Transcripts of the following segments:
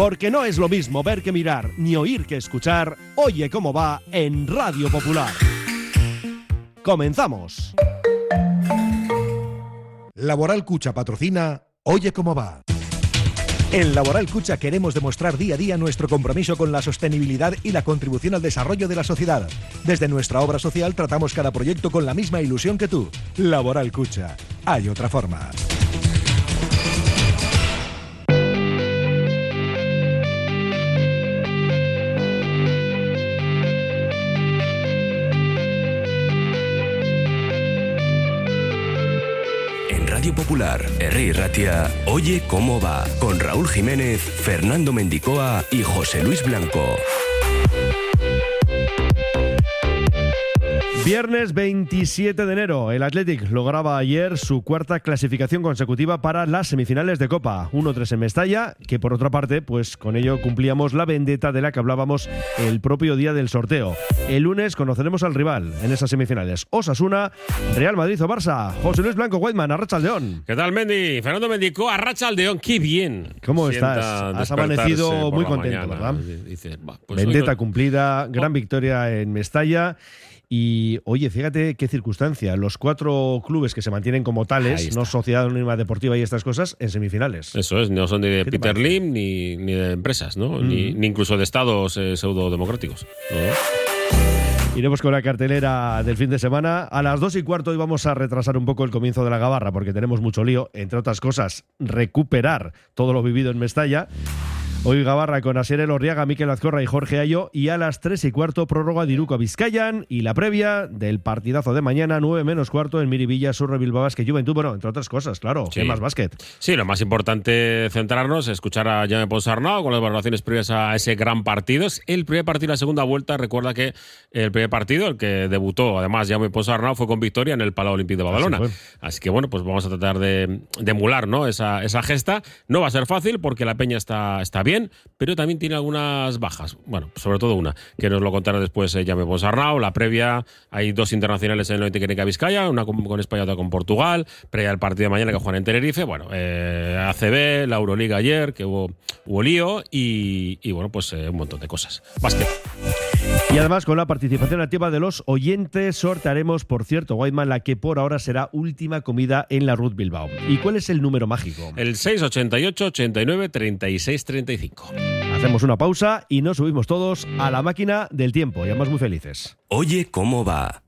Porque no es lo mismo ver que mirar, ni oír que escuchar. Oye cómo va en Radio Popular. ¡Comenzamos! Laboral Cucha patrocina Oye cómo va. En Laboral Cucha queremos demostrar día a día nuestro compromiso con la sostenibilidad y la contribución al desarrollo de la sociedad. Desde nuestra obra social tratamos cada proyecto con la misma ilusión que tú. Laboral Cucha. Hay otra forma. Radio Popular, Herri Ratia, Oye cómo va, con Raúl Jiménez, Fernando Mendicoa y José Luis Blanco. Viernes 27 de enero, el Athletic lograba ayer su cuarta clasificación consecutiva para las semifinales de Copa. 1-3 en Mestalla, que por otra parte, pues con ello cumplíamos la vendetta de la que hablábamos el propio día del sorteo. El lunes conoceremos al rival en esas semifinales. Osasuna, Real Madrid o Barça. José Luis Blanco, Weidman, Arratsaldeón. ¿Qué tal, Mendy? Fernando Mendico, Arratsaldeón, qué bien. ¿Cómo estás? Has amanecido muy contento, ¿verdad? Dices, vendetta cumplida, gran victoria en Mestalla. Y, oye, fíjate qué circunstancia. Los 4 clubes que se mantienen como tales, no Sociedad Anónima Deportiva y estas cosas, en semifinales. Eso es, no son ni de Peter Lim ni de empresas, ¿no? Ni incluso de estados pseudo-democráticos. ¿No? Iremos con la cartelera del fin de semana. A las 2:15 hoy vamos a retrasar un poco el comienzo de la Gabarra porque tenemos mucho lío. Entre otras cosas, recuperar todo lo vivido en Mestalla. Hoy Gabarra con Asier Elorriaga, Mikel Azcorra y Jorge Ayo. Y a las 3:15 prórroga de Iruko Vizcayan y la previa del partidazo de mañana, 9:15 en Miribilla, Surre Bilbao Basket Juventud. Bueno, entre otras cosas, claro. Sí. ¿Qué más básquet? Sí, lo más importante centrarnos, escuchar a Jaume Ponsarnau con las valoraciones previas a ese gran partido. Es el primer partido de la segunda vuelta. Recuerda que el primer partido, el que debutó además Jaume Ponsarnau, fue con victoria en el Palau Olímpic de Badalona. Así que bueno, pues vamos a tratar de emular, ¿no? esa gesta. No va a ser fácil porque la peña está bien, pero también tiene algunas bajas. Bueno, sobre todo una, que nos lo contará después Jaume Ponsarnau. La previa, hay 2 internacionales en el Oitequeneca Vizcaya, una con España y otra con Portugal. Previa al partido de mañana que juegan en Tenerife. Bueno, ACB, la Euroliga ayer, que hubo lío y bueno, pues un montón de cosas. Básquet. Y además con la participación activa de los oyentes sortearemos, por cierto, Weidman, la que por ahora será última comida en la Ruth Bilbao. ¿Y cuál es el número mágico? El 688 89 36 35. Hacemos una pausa y nos subimos todos a la máquina del tiempo. Y además muy felices. Oye cómo va.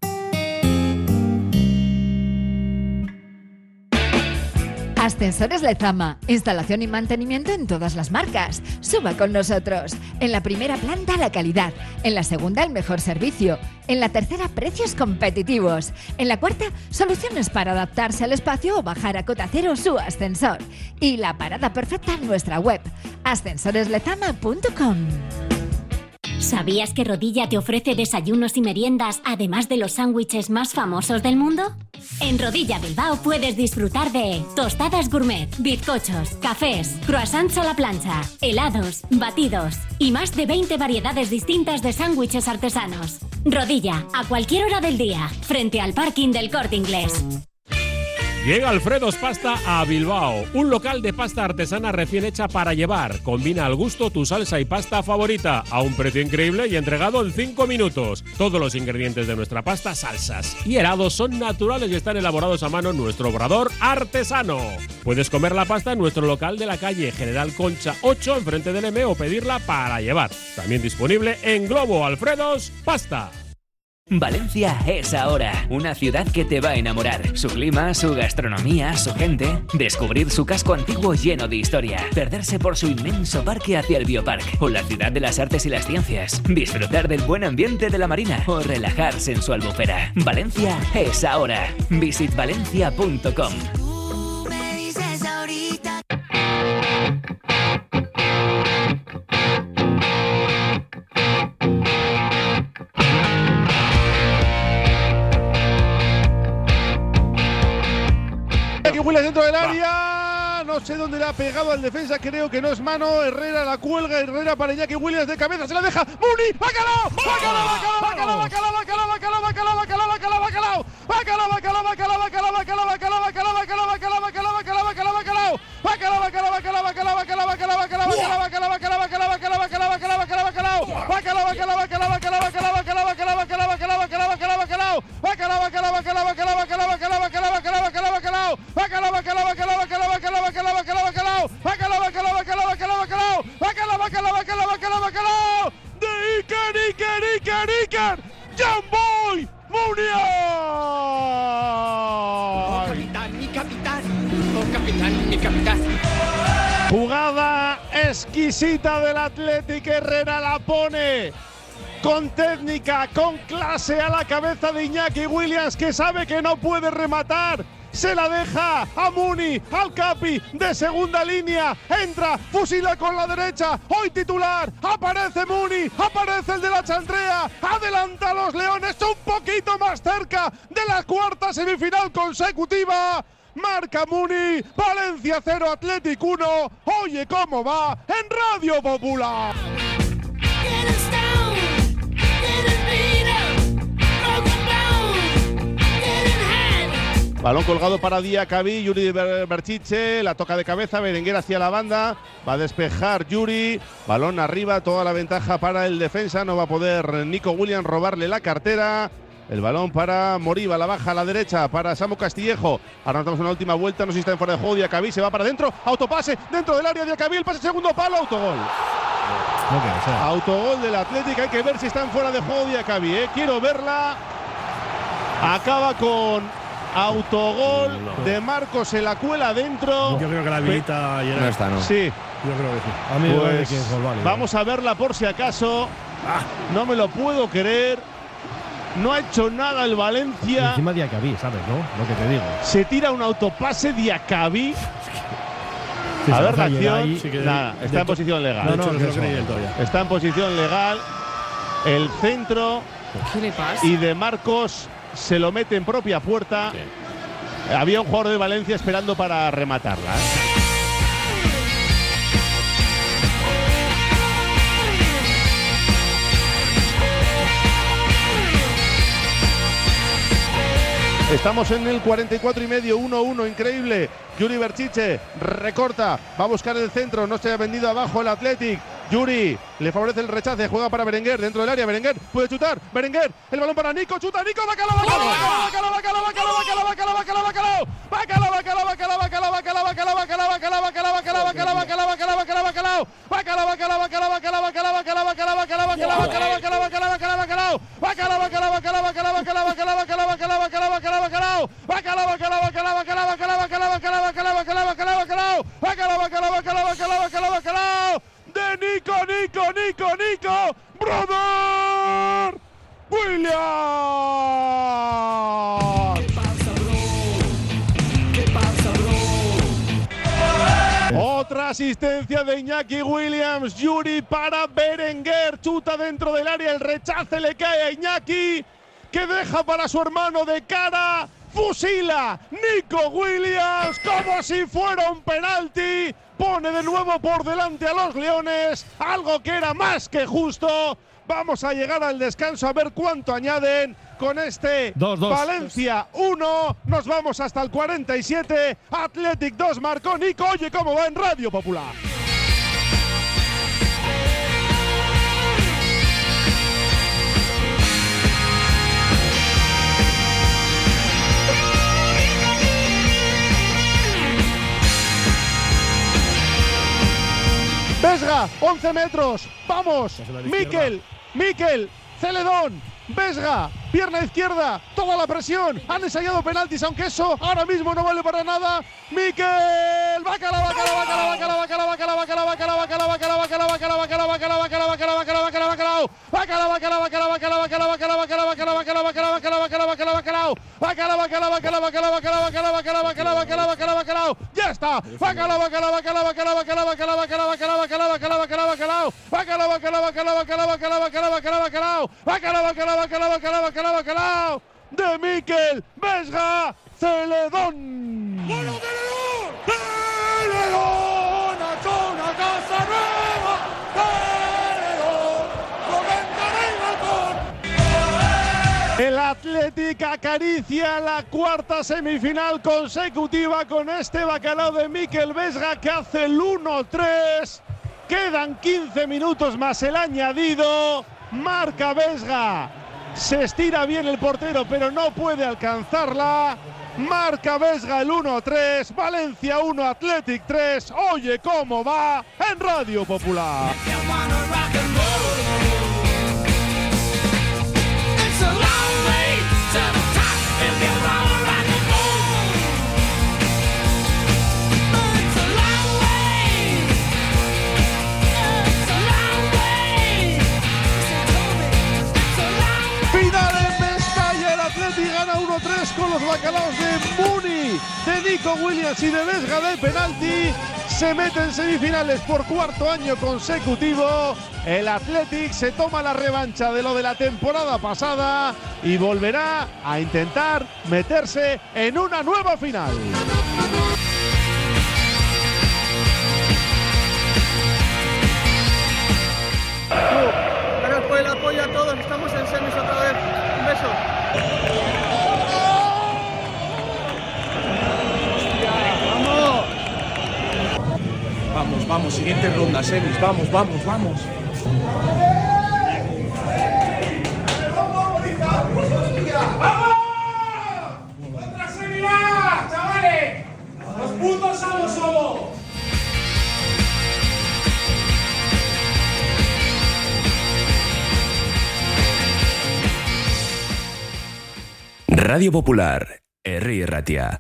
Ascensores Lezama, instalación y mantenimiento en todas las marcas. Suba con nosotros. En la primera planta la calidad, en la segunda el mejor servicio, en la tercera precios competitivos, en la cuarta soluciones para adaptarse al espacio o bajar a cota cero su ascensor. Y la parada perfecta en nuestra web, ascensoreslezama.com. ¿Sabías que Rodilla te ofrece desayunos y meriendas, además de los sándwiches más famosos del mundo? En Rodilla Bilbao puedes disfrutar de tostadas gourmet, bizcochos, cafés, croissants a la plancha, helados, batidos y más de 20 variedades distintas de sándwiches artesanos. Rodilla, a cualquier hora del día, frente al parking del Corte Inglés. Llega Alfredo's Pasta a Bilbao, un local de pasta artesana recién hecha para llevar. Combina al gusto tu salsa y pasta favorita a un precio increíble y entregado en 5 minutos. Todos los ingredientes de nuestra pasta, salsas y helados son naturales y están elaborados a mano en nuestro obrador artesano. Puedes comer la pasta en nuestro local de la calle General Concha 8, enfrente del M, o pedirla para llevar. También disponible en Globo. Alfredo's Pasta. Valencia es ahora, una ciudad que te va a enamorar. Su clima, su gastronomía, su gente. Descubrir su casco antiguo lleno de historia. Perderse por su inmenso parque hacia el Biopark. O la ciudad de las artes y las ciencias. Disfrutar del buen ambiente de la marina. O relajarse en su albufera. Valencia es ahora. Visitvalencia.com. Williams dentro del área, no sé dónde le ha pegado al defensa, creo que no es mano. Herrera la cuelga, Herrera para Iñaki Williams de cabeza, se la deja Muni, ¡bacalao! Jamboy Capitán. Jugada exquisita del Athletic. Herrera la pone con técnica, con clase a la cabeza de Iñaki Williams, que sabe que no puede rematar. Se la deja a Muni, al Capi, de segunda línea. Entra, fusila con la derecha. Hoy titular. Aparece Muni, aparece el de la Chantrea. Adelanta a los Leones un poquito más cerca de la cuarta semifinal consecutiva. Marca Muni, Valencia 0, Athletic 1. Oye cómo va en Radio Popular. Balón colgado para Diacabí, Yuri Berchiche, la toca de cabeza, Berenguer hacia la banda, va a despejar Yuri, balón arriba, toda la ventaja para el defensa, no va a poder Nico Williams robarle la cartera. El balón para Moriba, la baja a la derecha para Samu Castillejo. Ahora nos damos una última vuelta, no sé si está en fuera de juego. Diacabí se va para adentro, autopase dentro del área. Diacabí, el pase segundo palo, autogol. Autogol del Athletic, hay que ver si está en fuera de juego Diacabí. Quiero verla. Acaba con autogol de Marcos, se la cuela adentro. Yo creo que la habilita ayer. No está, ¿no? Sí. Yo creo que sí. A mí pues que es gol válido. Vamos a verla por si acaso. No me lo puedo creer. No ha hecho nada el Valencia. Y encima Diacabí, ¿sabes, no? Lo que te digo. Se tira un autopase Diacabí. Sí, a ver la acción. Ahí, sí que nada, está en posición legal. No, no creí del todo ya. Está en posición legal. El centro. ¿Qué le pasa? Y de Marcos se lo mete en propia puerta. Sí. Había un jugador de Valencia esperando para rematarla. Estamos en el 44 y medio, 1-1, increíble. Yuri Berchiche recorta, va a buscar el centro, no se ha vendido abajo el Athletic. Yuri le favorece el rechace, juega para Berenguer dentro del área. Berenguer puede chutar. Berenguer, el balón para Nico, chuta Nico, bacalao. De Nico, brother Williams. ¿Qué pasa, bro? Otra asistencia de Iñaki Williams. Yuri para Berenguer, chuta dentro del área, el rechace le cae a Iñaki, que deja para su hermano de cara. Fusila Nico Williams como si fuera un penalti. Pone de nuevo por delante a los Leones, algo que era más que justo. Vamos a llegar al descanso a ver cuánto añaden con este 2-2. Valencia 1. Nos vamos hasta el 47. Athletic 2, marcó Nico. Oye cómo va en Radio Popular. Vesga, 11 metros, vamos, Miquel, Celedón, Vesga, pierna izquierda, toda la presión, han ensayado penaltis, aunque eso ahora mismo no vale para nada. Miquel, bacalao, ya está, de Miquel, Vesga, Celedón. ¡Bueno, Celedón! ¡Celedón! ¡A una casa nueva! ¡Celedón! El Athletic acaricia la cuarta semifinal consecutiva con este bacalao de Miquel Vesga, que hace el 1-3. Quedan 15 minutos más el añadido. Marca Vesga. Se estira bien el portero, pero no puede alcanzarla. Marca Vesga el 1-3. Valencia 1, Athletic 3. Oye cómo va en Radio Popular. Penalti, gana 1-3 con los bacalaos de Muni, de Nico Williams y de Vesga de penalti. Se mete en semifinales por cuarto año consecutivo. El Athletic se toma la revancha de lo de la temporada pasada y volverá a intentar meterse en una nueva final. Gracias por el apoyo a todos, estamos en semis otra vez. Un beso. Vamos, siguiente ronda, semis, vamos. ¡Vamos! ¡Otra semifinal, chavales! ¡Los putos somos! Radio Popular, Herri Ratia.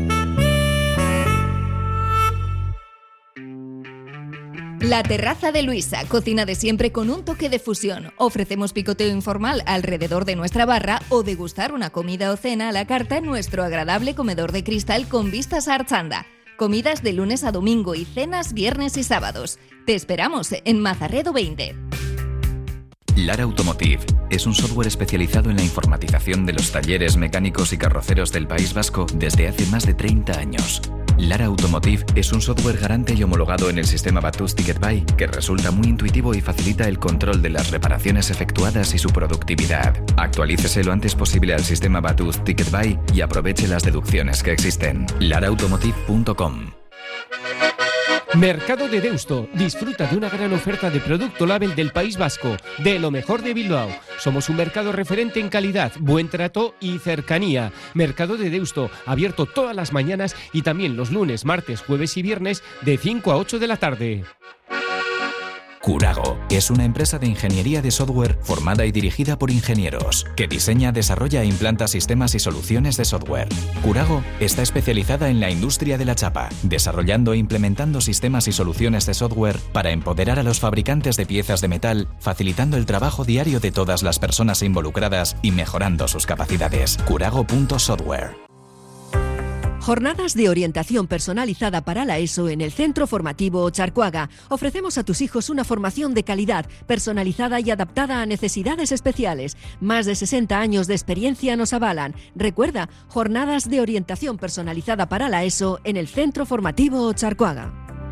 La Terraza de Luisa, cocina de siempre con un toque de fusión. Ofrecemos picoteo informal alrededor de nuestra barra o degustar una comida o cena a la carta en nuestro agradable comedor de cristal con vistas a Archanda. Comidas de lunes a domingo y cenas viernes y sábados. Te esperamos en Mazarredo 20. Lara Automotive es un software especializado en la informatización de los talleres mecánicos y carroceros del País Vasco desde hace más de 30 años. Lara Automotive es un software garante y homologado en el sistema Batus Ticket Buy que resulta muy intuitivo y facilita el control de las reparaciones efectuadas y su productividad. Actualícese lo antes posible al sistema Batus Ticket Buy y aproveche las deducciones que existen. laraautomotive.com. Mercado de Deusto. Disfruta de una gran oferta de producto label del País Vasco, de lo mejor de Bilbao. Somos un mercado referente en calidad, buen trato y cercanía. Mercado de Deusto, abierto todas las mañanas y también los lunes, martes, jueves y viernes de 5 a 8 de la tarde. Curago es una empresa de ingeniería de software formada y dirigida por ingenieros, que diseña, desarrolla e implanta sistemas y soluciones de software. Curago está especializada en la industria de la chapa, desarrollando e implementando sistemas y soluciones de software para empoderar a los fabricantes de piezas de metal, facilitando el trabajo diario de todas las personas involucradas y mejorando sus capacidades. Curago.software. Jornadas de orientación personalizada para la ESO en el Centro Formativo Ocharcoaga. Ofrecemos a tus hijos una formación de calidad, personalizada y adaptada a necesidades especiales. Más de 60 años de experiencia nos avalan. Recuerda, jornadas de orientación personalizada para la ESO en el Centro Formativo Ocharcoaga.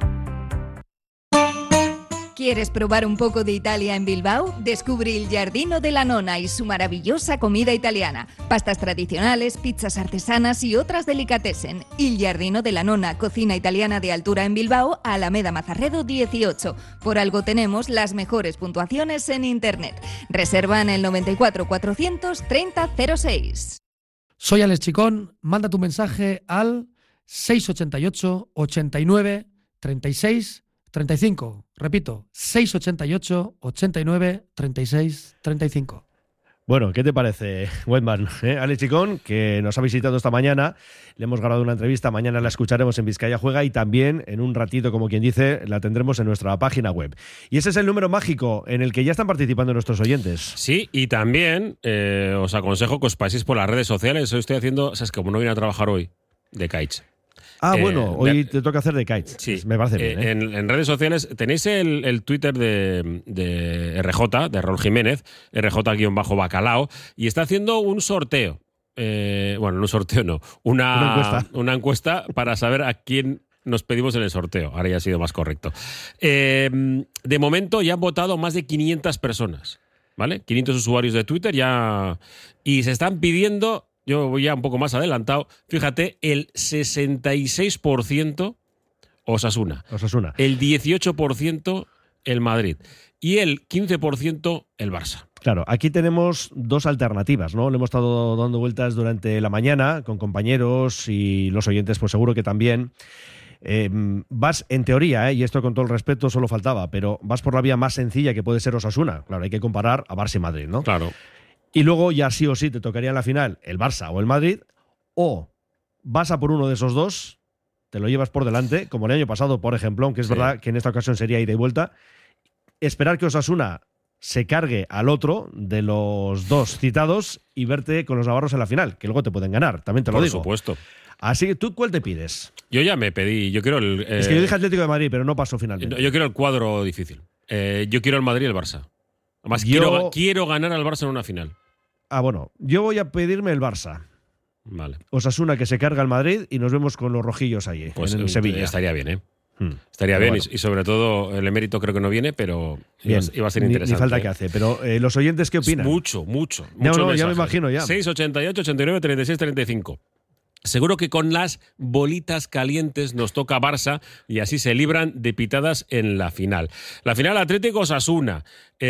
¿Quieres probar un poco de Italia en Bilbao? Descubre el Giardino della Nonna y su maravillosa comida italiana. Pastas tradicionales, pizzas artesanas y otras delicatessen. El Giardino della Nonna, cocina italiana de altura en Bilbao, Alameda Mazarredo 18. Por algo tenemos las mejores puntuaciones en Internet. Reserva en el 94 430 06. Soy Alex Chicón, manda tu mensaje al 688 89 36 35. Repito, 688 89 36 35. Bueno, ¿qué te parece, Wetman? Alex Chicón, que nos ha visitado esta mañana, le hemos grabado una entrevista, mañana la escucharemos en Vizcaya Juega y también en un ratito, como quien dice, la tendremos en nuestra página web. Y ese es el número mágico en el que ya están participando nuestros oyentes. Sí, y también os aconsejo que os paséis por las redes sociales. Hoy estoy haciendo, ¿sabes? Como no vine a trabajar hoy, de kites. Bueno, hoy te toca hacer de kites. Sí, me parece bien. En redes sociales tenéis el Twitter de RJ, de Raúl Jiménez, RJ-Bacalao, y está haciendo un sorteo. Bueno, un sorteo no, una encuesta para saber a quién nos pedimos en el sorteo. Ahora ya ha sido más correcto. De momento ya han votado más de 500 personas, ¿vale? 500 usuarios de Twitter ya. Y se están pidiendo. Yo voy ya un poco más adelantado. Fíjate, el 66% Osasuna. El 18% el Madrid. Y el 15% el Barça. Claro, aquí tenemos dos alternativas, ¿no? Le hemos estado dando vueltas durante la mañana con compañeros y los oyentes, pues seguro que también. Vas, en teoría, y esto con todo el respeto solo faltaba, pero vas por la vía más sencilla que puede ser Osasuna. Claro, hay que comparar a Barça y Madrid, ¿no? Claro. Y luego ya sí o sí te tocaría en la final el Barça o el Madrid, o vas a por uno de esos dos, te lo llevas por delante, como el año pasado, por ejemplo, aunque es verdad que en esta ocasión sería ida y vuelta, esperar que Osasuna se cargue al otro de los dos citados y verte con los navarros en la final, que luego te pueden ganar, también te lo digo. Por supuesto. Así que, ¿tú cuál te pides? Yo ya me pedí, yo quiero el... es que yo dije Atlético de Madrid, pero no pasó finalmente. Yo quiero el cuadro difícil. Yo quiero el Madrid y el Barça. Además, quiero ganar al Barça en una final. Bueno, yo voy a pedirme el Barça. Vale. Osasuna que se carga al Madrid y nos vemos con los rojillos allí, en Sevilla. Estaría bien, ¿eh? Estaría bien, bueno. Y sobre todo el emérito creo que no viene, pero iba a ser interesante. Ni falta que hace. Pero los oyentes, ¿qué opinan? Mucho. Ya me imagino ya. 688, 89, 36, 35. Seguro que con las bolitas calientes nos toca Barça y así se libran de pitadas en la final. La final Atlético-Osasuna.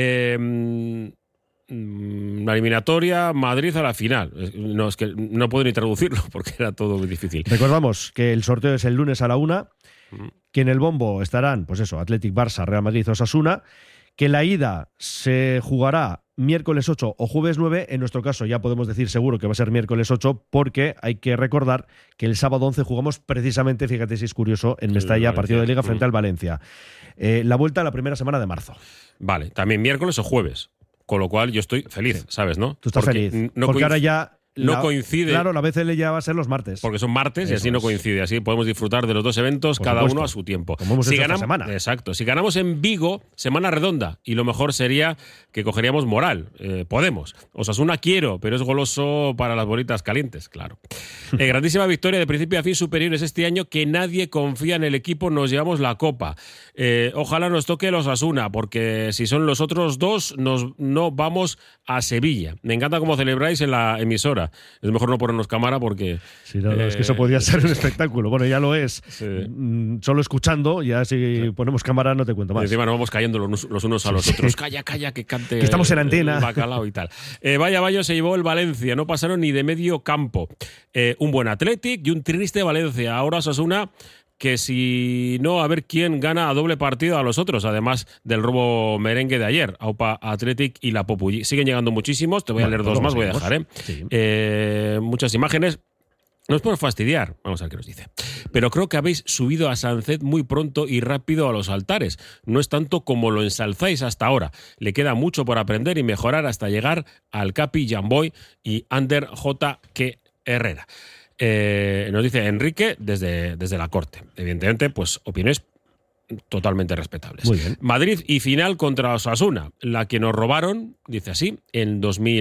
La eliminatoria Madrid a la final. No, es que no puedo ni traducirlo porque era todo muy difícil. Recordamos que el sorteo es el lunes a la 1, que en el bombo estarán, pues eso, Athletic, Barça, Real Madrid, Osasuna, que la ida se jugará miércoles 8 o jueves 9, en nuestro caso ya podemos decir seguro que va a ser miércoles 8 porque hay que recordar que el sábado 11 jugamos precisamente, fíjate si es curioso, en Mestalla, partido de Liga frente al Valencia. La vuelta a la primera semana de marzo. Vale, también miércoles o jueves. Con lo cual yo estoy feliz, sí. ¿Sabes, no? Tú estás feliz. Porque ahora ya no coincide. Claro, la BCL ya va a ser los martes. Porque son martes y así no coincide. Así podemos disfrutar de los dos eventos, cada uno a su tiempo. Como hemos hecho esta semana. Exacto. Si ganamos en Vigo, semana redonda. Y lo mejor sería que cogeríamos moral. Podemos. Osasuna quiero, pero es goloso para las bolitas calientes, claro. Grandísima victoria de principio a fin superiores este año, que nadie confía en el equipo. Nos llevamos la copa. Ojalá nos toque el Osasuna, porque si son los otros dos, no vamos a Sevilla. Me encanta cómo celebráis en la emisora. Es mejor no ponernos cámara porque... Sí, no, es que eso podría ser un espectáculo. Bueno, ya lo es. Sí. Solo escuchando, ya si ponemos cámara no te cuento más. Y encima nos vamos cayendo los unos a los otros. Calla, que cante... Que estamos en antena. El bacalao y tal. Vaya, se llevó el Valencia. No pasaron ni de medio campo. Un buen Athletic y un triste Valencia. Ahora Osasuna... que si no, a ver quién gana a doble partido a los otros, además del robo merengue de ayer, Aupa, Athletic y la Populli. Siguen llegando muchísimos, te voy a leer dos más, voy a dejar, Sí. Muchas imágenes. No es por fastidiar, vamos a ver qué nos dice. Pero creo que habéis subido a Sánchez muy pronto y rápido a los altares. No es tanto como lo ensalzáis hasta ahora. Le queda mucho por aprender y mejorar hasta llegar al Capi, Jamboy y Ander J.K. Herrera. Nos dice Enrique desde la corte. Evidentemente, pues opiniones totalmente respetables. Muy bien. Madrid y final contra Osasuna, la que nos robaron, dice así, en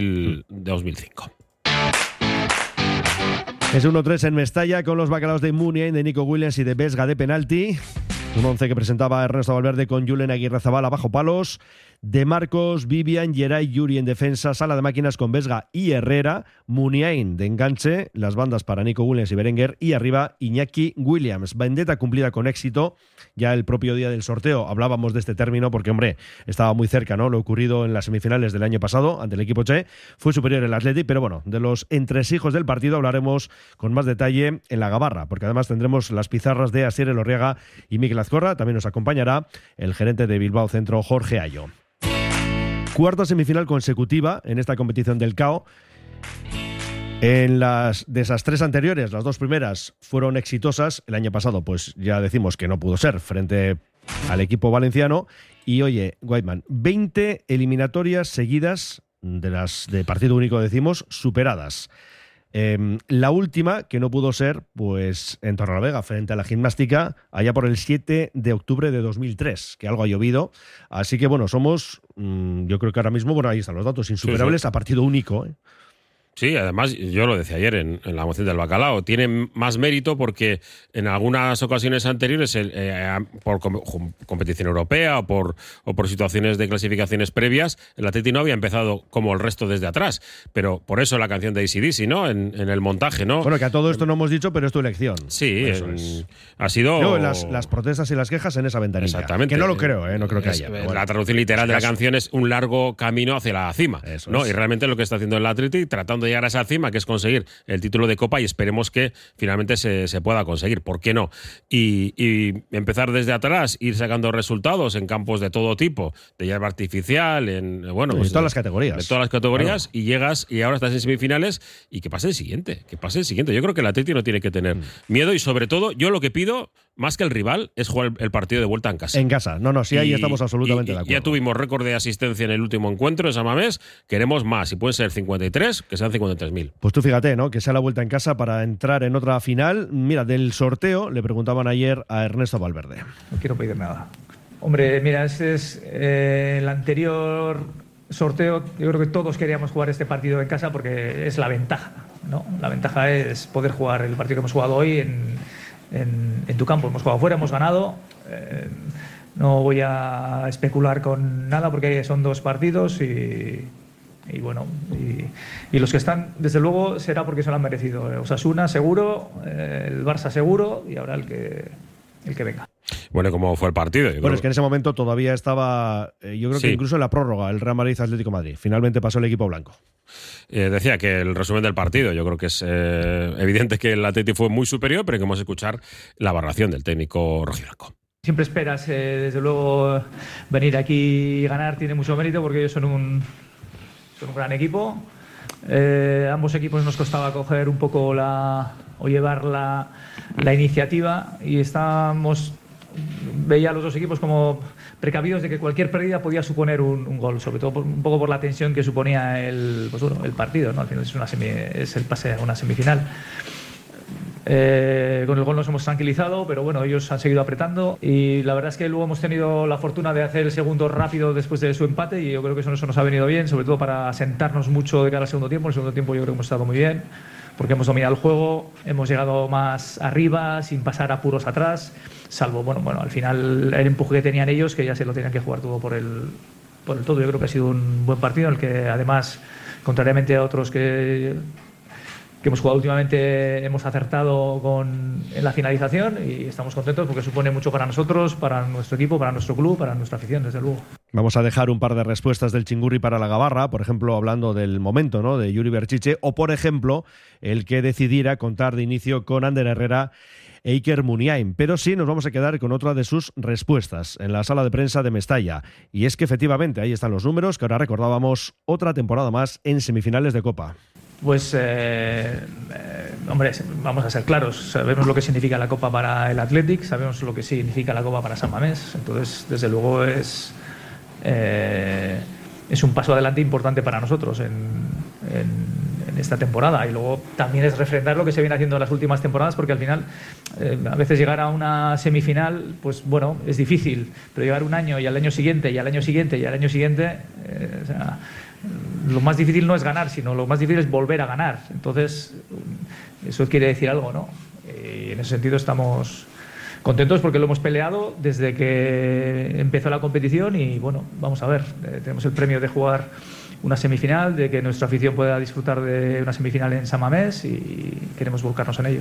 2005. Es 1-3 en Mestalla con los bacalaos de Muniain, de Nico Williams y de Vesga de penalti. Un 11 que presentaba Ernesto Valverde con Julen Aguirrezabala bajo palos. De Marcos, Vivian, Geray, Yuri en defensa, sala de máquinas con Vesga y Herrera, Muniain de enganche, las bandas para Nico Williams y Berenguer y arriba Iñaki Williams. Vendetta cumplida con éxito. Ya el propio día del sorteo hablábamos de este término porque, hombre, estaba muy cerca, ¿no? Lo ocurrido en las semifinales del año pasado ante el equipo Che. Fue superior el Athletic, pero bueno, de los entresijos del partido hablaremos con más detalle en la Gabarra, porque además tendremos las pizarras de Asier Elorriaga y Mikel Azcorra. También nos acompañará el gerente de Bilbao Centro, Jorge Ayo. Cuarta semifinal consecutiva en esta competición del CAO. En las de esas tres anteriores, las dos primeras fueron exitosas. El año pasado, pues ya decimos que no pudo ser frente al equipo valenciano. Y oye, Whiteman, 20 eliminatorias seguidas de las de partido único, decimos, superadas. La última, que no pudo ser, pues en Torrelavega, frente a la Gimnástica, allá por el 7 de octubre de 2003, que algo ha llovido. Así que, bueno, somos, yo creo que ahora mismo, bueno, ahí están los datos, insuperables a partido único, ¿eh? Sí, además, yo lo decía ayer en la moción del bacalao, tiene más mérito porque en algunas ocasiones anteriores, por competición europea o por situaciones de clasificaciones previas, el Atleti no había empezado como el resto desde atrás. Pero por eso la canción de AC/DC, ¿no? En el montaje, ¿no? Bueno, que a todo esto no hemos dicho, pero es tu elección. Sí, ha sido... Yo, las protestas y las quejas en esa ventanilla. Exactamente. Que no lo creo, no creo que haya. La traducción literal de la canción es un largo camino hacia la cima, eso ¿no? es. Y realmente lo que está haciendo el Atleti, tratando de llegar a esa cima, que es conseguir el título de Copa, y esperemos que finalmente se pueda conseguir, ¿por qué no? Y empezar desde atrás, ir sacando resultados en campos de todo tipo, de hierba artificial, en todas las categorías. De todas las categorías, claro. Y llegas y ahora estás en semifinales y que pase el siguiente. Yo creo que el Atleti no tiene que tener miedo y sobre todo, yo lo que pido, más que el rival, es jugar el partido de vuelta en casa. En casa. No, sí, ahí estamos absolutamente de acuerdo. Ya tuvimos récord de asistencia en el último encuentro en San Mamés. Queremos más. Si pueden ser 53, que sean 53.000. Pues tú fíjate, ¿no? Que sea la vuelta en casa para entrar en otra final. Mira, del sorteo le preguntaban ayer a Ernesto Valverde. No quiero pedir nada. Hombre, mira, este es el anterior sorteo. Yo creo que todos queríamos jugar este partido en casa porque es la ventaja, ¿no? La ventaja es poder jugar el partido que hemos jugado hoy en tu campo. Hemos jugado fuera, hemos ganado. No voy a especular con nada porque son 2 partidos y bueno, y los que están, desde luego, será porque se lo han merecido. Osasuna seguro, el Barça seguro y ahora el que venga. Bueno, ¿cómo fue el partido? Bueno, es que en ese momento todavía estaba, yo creo que incluso en la prórroga, el Real Madrid-Atlético Madrid. Finalmente pasó el equipo blanco. Decía que el resumen del partido, yo creo que es evidente que el Atleti fue muy superior, pero que vamos a escuchar la valoración del técnico rojiblanco. Siempre esperas, desde luego, venir aquí y ganar tiene mucho mérito porque ellos son un gran equipo. Ambos equipos nos costaba coger un poco o llevar la iniciativa y veía a los dos equipos como precavidos de que cualquier pérdida podía suponer un gol, sobre todo un poco por la tensión que suponía el partido, ¿no? Al final es el pase a una semifinal. Con el gol nos hemos tranquilizado, pero bueno, ellos han seguido apretando y la verdad es que luego hemos tenido la fortuna de hacer el segundo rápido después de su empate y yo creo que eso nos ha venido bien, sobre todo para sentarnos mucho de cara al segundo tiempo. En el segundo tiempo yo creo que hemos estado muy bien porque hemos dominado el juego, hemos llegado más arriba sin pasar apuros atrás, salvo, bueno, al final el empuje que tenían ellos, que ya se lo tenían que jugar todo por el todo. Yo creo que ha sido un buen partido en el que además, contrariamente a otros que hemos jugado últimamente, hemos acertado en la finalización y estamos contentos porque supone mucho para nosotros, para nuestro equipo, para nuestro club, para nuestra afición, desde luego. Vamos a dejar un par de respuestas del Chingurri para la Gabarra, por ejemplo, hablando del momento, ¿no?, de Yuri Berchiche, o por ejemplo, el que decidiera contar de inicio con Ander Herrera e Iker Muniain. Pero sí nos vamos a quedar con otra de sus respuestas en la sala de prensa de Mestalla. Y es que efectivamente ahí están los números que ahora recordábamos, otra temporada más en semifinales de Copa. Pues, hombre, vamos a ser claros. Sabemos lo que significa la Copa para el Athletic, sabemos lo que significa la Copa para San Mamés. Entonces, desde luego, es un paso adelante importante para nosotros en esta temporada. Y luego también es refrendar lo que se viene haciendo en las últimas temporadas, porque al final, a veces llegar a una semifinal, pues bueno, es difícil. Pero llegar un año y al año siguiente, y al año siguiente, y al año siguiente, lo más difícil no es ganar, sino lo más difícil es volver a ganar. Entonces, eso quiere decir algo, ¿no? Y en ese sentido estamos contentos porque lo hemos peleado desde que empezó la competición y, bueno, vamos a ver. Tenemos el premio de jugar una semifinal, de que nuestra afición pueda disfrutar de una semifinal en San Mamés y queremos volcarnos en ello.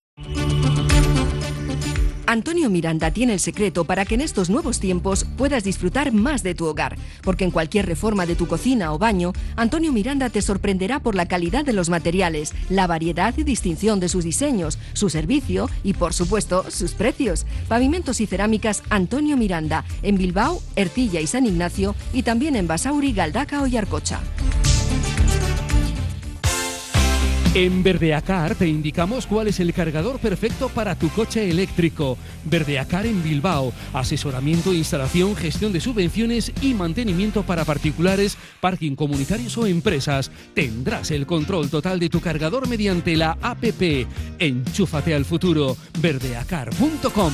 Antonio Miranda tiene el secreto para que en estos nuevos tiempos puedas disfrutar más de tu hogar, porque en cualquier reforma de tu cocina o baño, Antonio Miranda te sorprenderá por la calidad de los materiales, la variedad y distinción de sus diseños, su servicio y, por supuesto, sus precios. Pavimentos y cerámicas Antonio Miranda, en Bilbao, Ercilla y San Ignacio, y también en Basauri, Galdacao y Arcocha. En Verdeacar te indicamos cuál es el cargador perfecto para tu coche eléctrico. Verdeacar en Bilbao. Asesoramiento, instalación, gestión de subvenciones y mantenimiento para particulares, parking comunitarios o empresas. Tendrás el control total de tu cargador mediante la APP. Enchúfate al futuro. Verdeacar.com.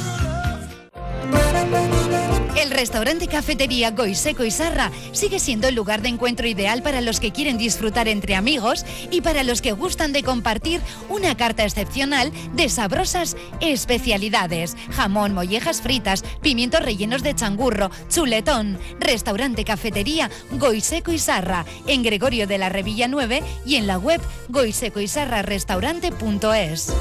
El restaurante cafetería Goiseco y Sarra sigue siendo el lugar de encuentro ideal para los que quieren disfrutar entre amigos y para los que gustan de compartir una carta excepcional de sabrosas especialidades: jamón, mollejas fritas, pimientos rellenos de changurro, chuletón. Restaurante cafetería Goiseco y Sarra, en Gregorio de la Revilla 9 y en la web goisecoysarrarestaurante.es.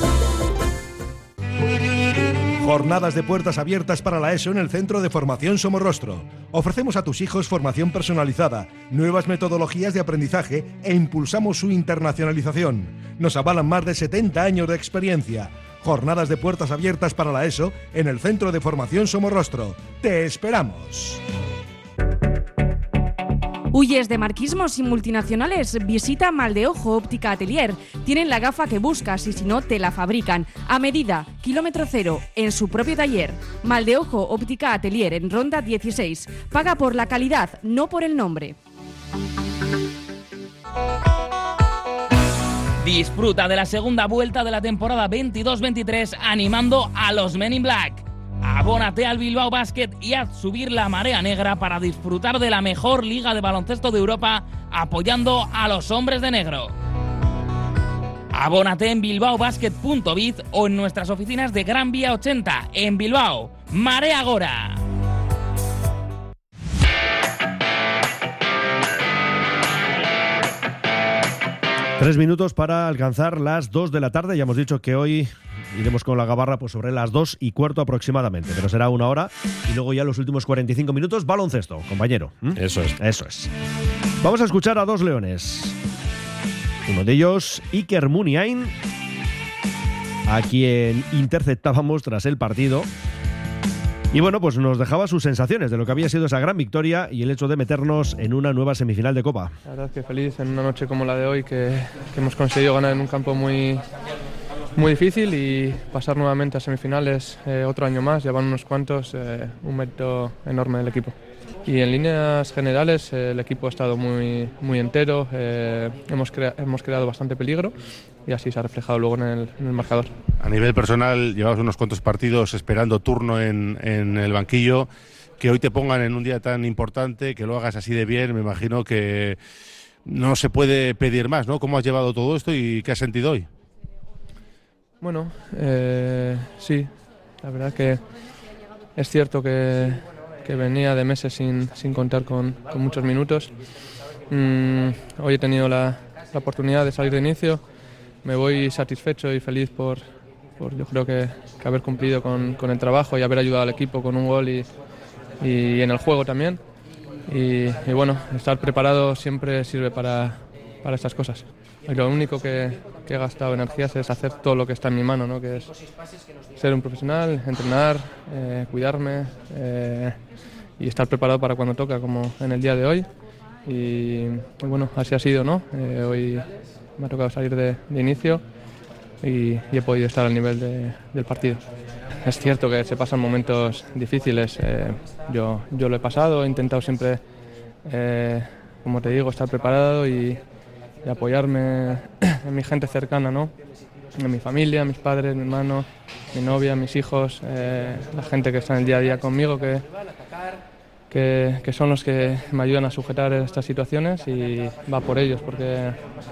Jornadas de puertas abiertas para la ESO en el Centro de Formación Somorrostro. Ofrecemos a tus hijos formación personalizada, nuevas metodologías de aprendizaje e impulsamos su internacionalización. Nos avalan más de 70 años de experiencia. Jornadas de puertas abiertas para la ESO en el Centro de Formación Somorrostro. ¡Te esperamos! ¿Huyes de marquismos y multinacionales? Visita Maldeojo Óptica Atelier. Tienen la gafa que buscas y si no, te la fabrican. A medida, kilómetro cero, en su propio taller. Maldeojo Óptica Atelier, en Ronda 16. Paga por la calidad, no por el nombre. Disfruta de la segunda vuelta de la temporada 22-23 animando a los Men in Black. Abónate al Bilbao Basket y haz subir la marea negra para disfrutar de la mejor liga de baloncesto de Europa apoyando a los hombres de negro. Abónate en bilbaobasket.biz o en nuestras oficinas de Gran Vía 80 en Bilbao. Marea Gora. Tres minutos para alcanzar las 2 de la tarde. Ya hemos dicho que hoy iremos con la gabarra pues sobre las 2:15 aproximadamente, pero será 1 hora y luego ya los últimos 45 minutos baloncesto, compañero. Eso es. Eso es. Vamos a escuchar a dos leones. Uno de ellos, Iker Muniain, a quien interceptábamos tras el partido. Y bueno, pues nos dejaba sus sensaciones de lo que había sido esa gran victoria y el hecho de meternos en una nueva semifinal de Copa. La verdad es que feliz en una noche como la de hoy, que hemos conseguido ganar en un campo muy difícil y pasar nuevamente a semifinales otro año más, ya van unos cuantos, un mérito enorme del equipo. Y en líneas generales el equipo ha estado muy entero, hemos creado bastante peligro y así se ha reflejado luego en el marcador. A nivel personal, llevamos unos cuantos partidos esperando turno en el banquillo. Que hoy te pongan en un día tan importante, que lo hagas así de bien, me imagino que no se puede pedir más, ¿no? ¿Cómo has llevado todo esto y qué has sentido hoy? Bueno, sí, la verdad que es cierto que venía de meses sin contar con muchos minutos. Hoy he tenido la oportunidad de salir de inicio. Me voy satisfecho y feliz por yo creo que haber cumplido con el trabajo y haber ayudado al equipo con un gol y en el juego también. Y bueno, estar preparado siempre sirve para estas cosas. Y lo único que he gastado energías es hacer todo lo que está en mi mano, ¿no? Que es ser un profesional, entrenar, cuidarme y estar preparado para cuando toca, como en el día de hoy. Y bueno, así ha sido, ¿no? Hoy me ha tocado salir de inicio y he podido estar al nivel del partido. Es cierto que se pasan momentos difíciles, yo lo he pasado, he intentado siempre, como te digo, estar preparado y apoyarme en mi gente cercana, ¿no? En mi familia, mis padres, mi hermano, mi novia, mis hijos, la gente que está en el día a día conmigo, que son los que me ayudan a sujetar estas situaciones y va por ellos, porque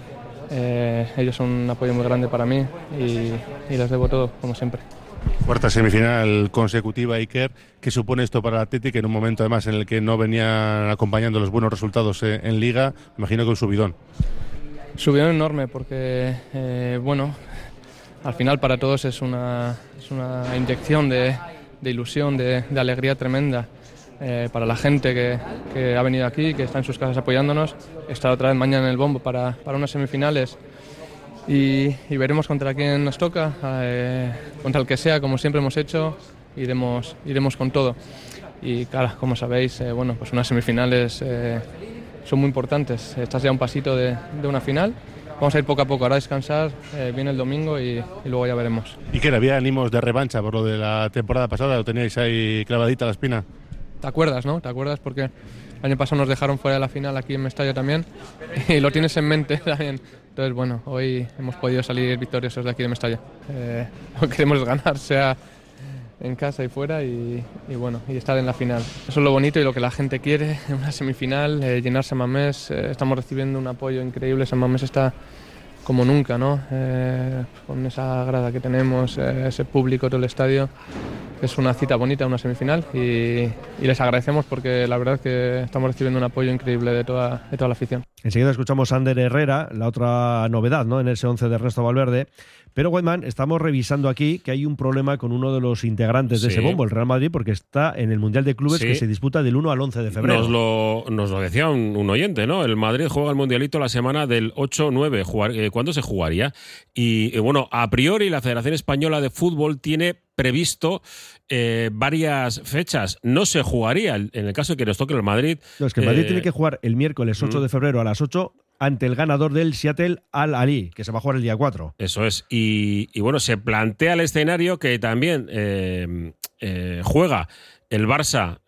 ellos son un apoyo muy grande para mí y les debo todo, como siempre. Cuarta semifinal consecutiva, Iker. ¿Qué supone esto para el Athletic en un momento además en el que no venían acompañando los buenos resultados en Liga? Me imagino que un subidón. Subidón enorme porque, bueno, al final para todos es una inyección de ilusión, de alegría tremenda. Para la gente que ha venido aquí, que está en sus casas apoyándonos, estar otra vez mañana en el bombo para unas semifinales y veremos contra quién nos toca, contra el que sea, como siempre hemos hecho, iremos con todo. Y claro, como sabéis, bueno, pues unas semifinales son muy importantes. Estás ya a un pasito de una final. Vamos a ir poco a poco, ahora a descansar, viene el domingo y luego ya veremos. ¿Y qué? ¿Había ánimos de revancha por lo de la temporada pasada? ¿Lo teníais ahí clavadita a la espina? ¿Te acuerdas, no? ¿Te acuerdas? Porque el año pasado nos dejaron fuera de la final aquí en Mestalla también y lo tienes en mente también. Entonces, bueno, hoy hemos podido salir victoriosos de aquí de Mestalla. Lo que queremos es ganar, sea en casa y fuera y bueno, y estar en la final. Eso es lo bonito y lo que la gente quiere, en una semifinal, llenar San Mamés. Estamos recibiendo un apoyo increíble, San Mamés está como nunca, ¿no? Con esa grada que tenemos, ese público, todo el estadio. Es una cita bonita, una semifinal y les agradecemos porque la verdad es que estamos recibiendo un apoyo increíble de toda la afición. Enseguida escuchamos a Ander Herrera, la otra novedad, ¿no?, en ese 11 de Ernesto Valverde. Pero, Whiteman, estamos revisando aquí que hay un problema con uno de los integrantes de ese bombo, el Real Madrid, porque está en el Mundial de Clubes que se disputa del 1 al 11 de febrero. Nos lo decía un oyente, ¿no? El Madrid juega el Mundialito la semana del 8-9. ¿Cuándo se jugaría? Y bueno, a priori la Federación Española de Fútbol tiene previsto varias fechas. No se jugaría en el caso de que nos toque el Madrid. No, es que el Madrid tiene que jugar el miércoles 8 de febrero a las 8 ante el ganador del Seattle Al-Ahly, que se va a jugar el día 4. Eso es. Y bueno, se plantea el escenario que también juega el Barça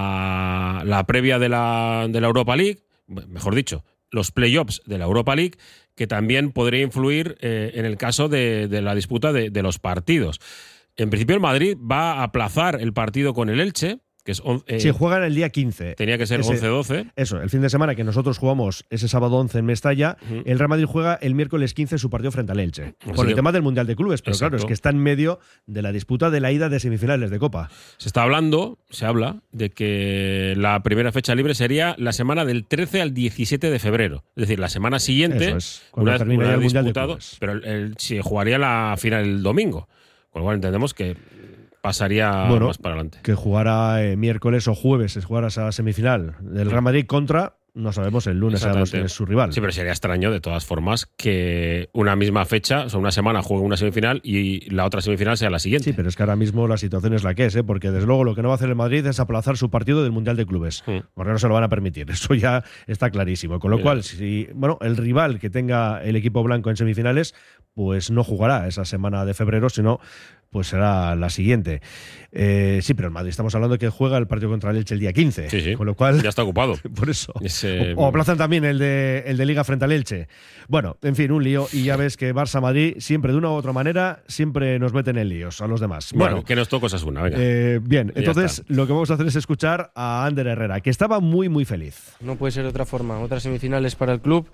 la previa de la Europa League, mejor dicho, los playoffs de la Europa League, que también podría influir en el caso de la disputa de los partidos. En principio el Madrid va a aplazar el partido con el Elche, que es sí, juegan el día 15. Tenía que ser 11-12. Eso, el fin de semana que nosotros jugamos ese sábado 11 en Mestalla, el Real Madrid juega el miércoles 15 su partido frente al Elche. Por el tema del Mundial de Clubes, pero exacto. Claro, es que está en medio de la disputa de la ida de semifinales de Copa. Se habla de que la primera fecha libre sería la semana del 13 al 17 de febrero. Es decir, la semana siguiente, eso es, cuando termine el Mundial de Clubes. Pero se jugaría la final el domingo. Con lo cual entendemos que pasaría más para adelante. Que jugara miércoles o jueves, se jugara esa semifinal del Real Madrid contra, no sabemos, el lunes sabemos quién es su rival. Sí, pero sería extraño de todas formas que una misma fecha, o sea, una semana juegue una semifinal y la otra semifinal sea la siguiente. Sí, pero es que ahora mismo la situación es la que es, porque desde luego lo que no va a hacer el Madrid es aplazar su partido del Mundial de Clubes, porque no se lo van a permitir, eso ya está clarísimo. Con lo cual, si el rival que tenga el equipo blanco en semifinales, pues no jugará esa semana de febrero, sino pues será la siguiente. Sí, pero el Madrid estamos hablando de que juega el partido contra el Elche el día 15. Sí. Con lo cual, ya está ocupado. Por eso. O aplazan también el de Liga frente al Elche. Bueno, en fin, un lío. Y ya ves que Barça-Madrid siempre de una u otra manera siempre nos meten en líos a los demás. Bueno, que nos toca Osasuna, venga. Bien, entonces lo que vamos a hacer es escuchar a Ander Herrera, que estaba muy, muy feliz. No puede ser de otra forma. Otras semifinales para el club.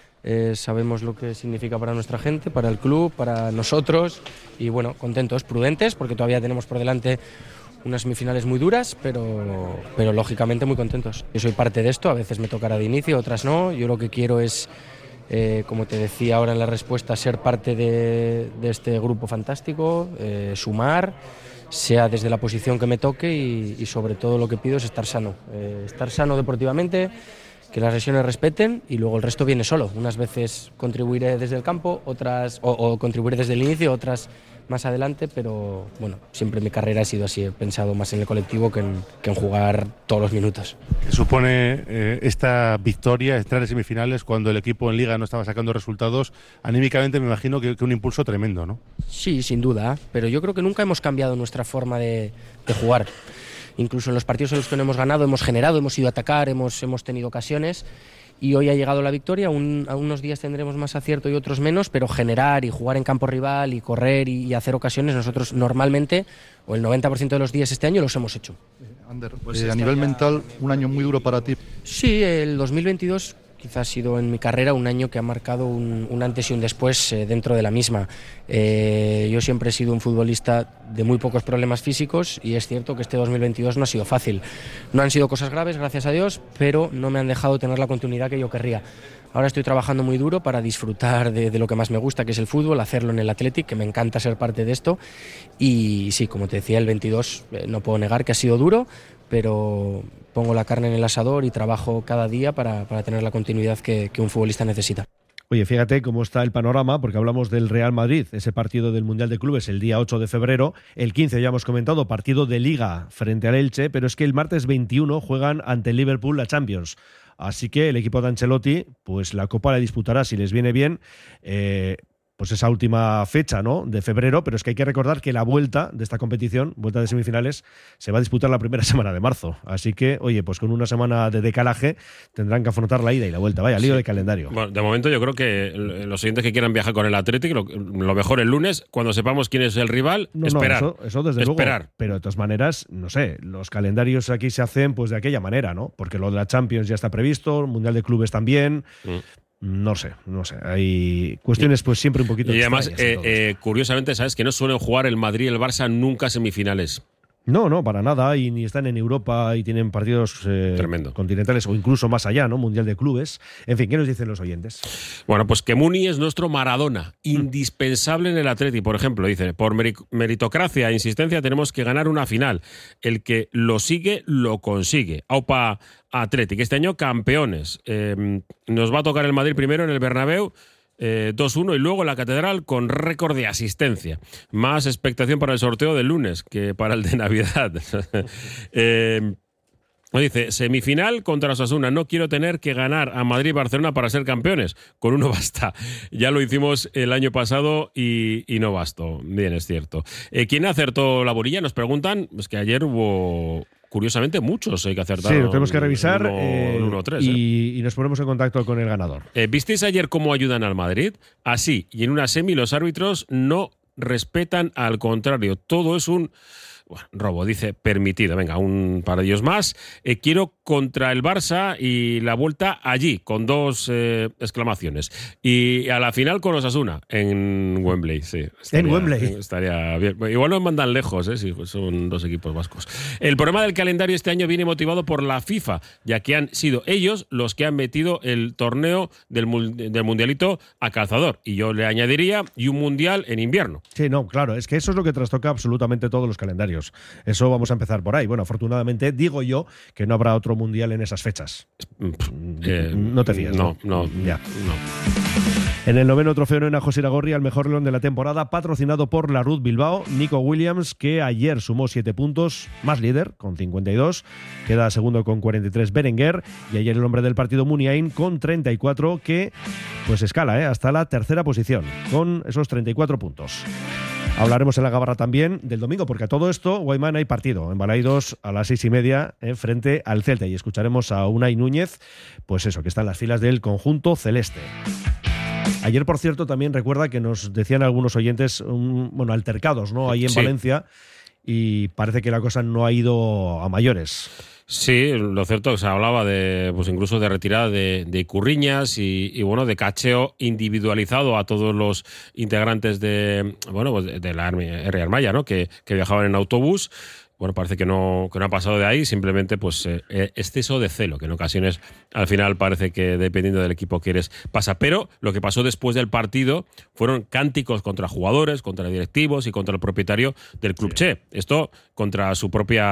Sabemos lo que significa para nuestra gente, para el club, para nosotros y bueno, contentos, prudentes porque todavía tenemos por delante unas semifinales muy duras, pero lógicamente muy contentos. Yo soy parte de esto, a veces me tocará de inicio, otras no. Yo lo que quiero es, como te decía ahora en la respuesta, ser parte de este grupo fantástico, sumar, sea desde la posición que me toque y sobre todo lo que pido es estar sano deportivamente, que las lesiones respeten y luego el resto viene solo. Unas veces contribuiré desde el campo, otras o contribuiré desde el inicio, otras más adelante, pero bueno, siempre mi carrera ha sido así, he pensado más en el colectivo que en jugar todos los minutos. ¿Qué supone esta victoria, entrar en semifinales cuando el equipo en Liga no estaba sacando resultados? Anímicamente me imagino que un impulso tremendo, ¿no? Sí, sin duda, pero yo creo que nunca hemos cambiado nuestra forma de jugar. Incluso en los partidos en los que no hemos ganado, hemos generado, hemos ido a atacar, hemos tenido ocasiones y hoy ha llegado la victoria. A unos días tendremos más acierto y otros menos, pero generar y jugar en campo rival y correr y hacer ocasiones, nosotros normalmente, o el 90% de los días este año los hemos hecho. Ander, a nivel mental, un año muy duro para ti. Sí, el 2022 quizás ha sido en mi carrera un año que ha marcado un antes y un después dentro de la misma. Yo siempre he sido un futbolista de muy pocos problemas físicos y es cierto que este 2022 no ha sido fácil. No han sido cosas graves, gracias a Dios, pero no me han dejado tener la continuidad que yo querría. Ahora estoy trabajando muy duro para disfrutar de lo que más me gusta, que es el fútbol, hacerlo en el Athletic, que me encanta ser parte de esto. Y sí, como te decía, el 22 no puedo negar que ha sido duro, pero pongo la carne en el asador y trabajo cada día para tener la continuidad que un futbolista necesita. Oye, fíjate cómo está el panorama, porque hablamos del Real Madrid, ese partido del Mundial de Clubes el día 8 de febrero, el 15 ya hemos comentado, partido de Liga frente al Elche, pero es que el martes 21 juegan ante el Liverpool la Champions. Así que el equipo de Ancelotti, pues la Copa la disputará, si les viene bien, pues esa última fecha, ¿no?, de febrero, pero es que hay que recordar que la vuelta de esta competición, vuelta de semifinales, se va a disputar la primera semana de marzo. Así que, oye, pues con una semana de decalaje tendrán que afrontar la ida y la vuelta. Vaya, lío de calendario. Bueno, de momento yo creo que los oyentes que quieran viajar con el Athletic, lo mejor el lunes, cuando sepamos quién es el rival, esperar. No, eso desde luego. Pero de todas maneras, no sé, los calendarios aquí se hacen pues de aquella manera, ¿no? Porque lo de la Champions ya está previsto, el Mundial de Clubes también. No sé. Hay cuestiones pues siempre un poquito y además, curiosamente, ¿sabes? Que no suelen jugar el Madrid y el Barça nunca semifinales. No, para nada, y ni están en Europa y tienen partidos continentales o incluso más allá, ¿no? Mundial de Clubes. En fin, ¿qué nos dicen los oyentes? Bueno, pues que Muni es nuestro Maradona, indispensable en el Athletic, por ejemplo. Dice, por meritocracia e insistencia tenemos que ganar una final. El que lo sigue, lo consigue. Aupa Athletic. Este año campeones. Nos va a tocar el Madrid primero en el Bernabéu. 2-1, y luego la Catedral con récord de asistencia. Más expectación para el sorteo del lunes que para el de Navidad. Dice, semifinal contra Osasuna. No quiero tener que ganar a Madrid y Barcelona para ser campeones. Con uno basta. Ya lo hicimos el año pasado y no bastó. Bien, es cierto. ¿Quién acertó la bolilla? Nos preguntan. Es que ayer hubo, curiosamente, muchos que acertaron. Sí, lo tenemos que revisar 1-3, y nos ponemos en contacto con el ganador. ¿Visteis ayer cómo ayudan al Madrid? Así, y en una semi los árbitros no respetan, al contrario. Todo es un... Bueno, robo, dice, permitido. Venga, un par de ellos más. Quiero contra el Barça y la vuelta allí, con 2 exclamaciones. Y a la final con Osasuna, en Wembley, sí. En Wembley. Estaría bien. Igual nos mandan lejos, si son 2 equipos vascos. El problema del calendario este año viene motivado por la FIFA, ya que han sido ellos los que han metido el torneo del Mundialito a calzador. Y yo le añadiría, y un Mundial en invierno. Sí, no, claro, es que eso es lo que trastoca absolutamente todos los calendarios. Eso vamos a empezar por ahí. Bueno, afortunadamente digo yo que no habrá otro mundial en esas fechas. No te fíes. No. Ya. En el 9º trofeo Nena José Iragorri, al mejor león de la temporada, patrocinado por la Ruth Bilbao, Nico Williams, que ayer sumó 7 puntos, más líder, con 52, queda segundo con 43 Berenguer, y ayer el hombre del partido Muniain con 34, que pues escala hasta la tercera posición, con esos 34 puntos. Hablaremos en la Gabarra también del domingo, porque a todo esto, Guaymán, hay partido en Balaidos a las 6:30 frente al Celta, y escucharemos a Unai Núñez, pues eso, que está en las filas del conjunto celeste. Ayer, por cierto, también recuerda que nos decían algunos oyentes, altercados, ¿no? Ahí en Valencia, y parece que la cosa no ha ido a mayores. Sí, lo cierto es que se hablaba de, pues incluso de retirada de curriñas y bueno, de cacheo individualizado a todos los integrantes de la R. Armaya, ¿no? Que viajaban en autobús. Bueno, parece que no ha pasado de ahí, simplemente pues exceso de celo, que en ocasiones al final parece que dependiendo del equipo que eres pasa. Pero lo que pasó después del partido fueron cánticos contra jugadores, contra directivos y contra el propietario del Club Che. Esto contra su propio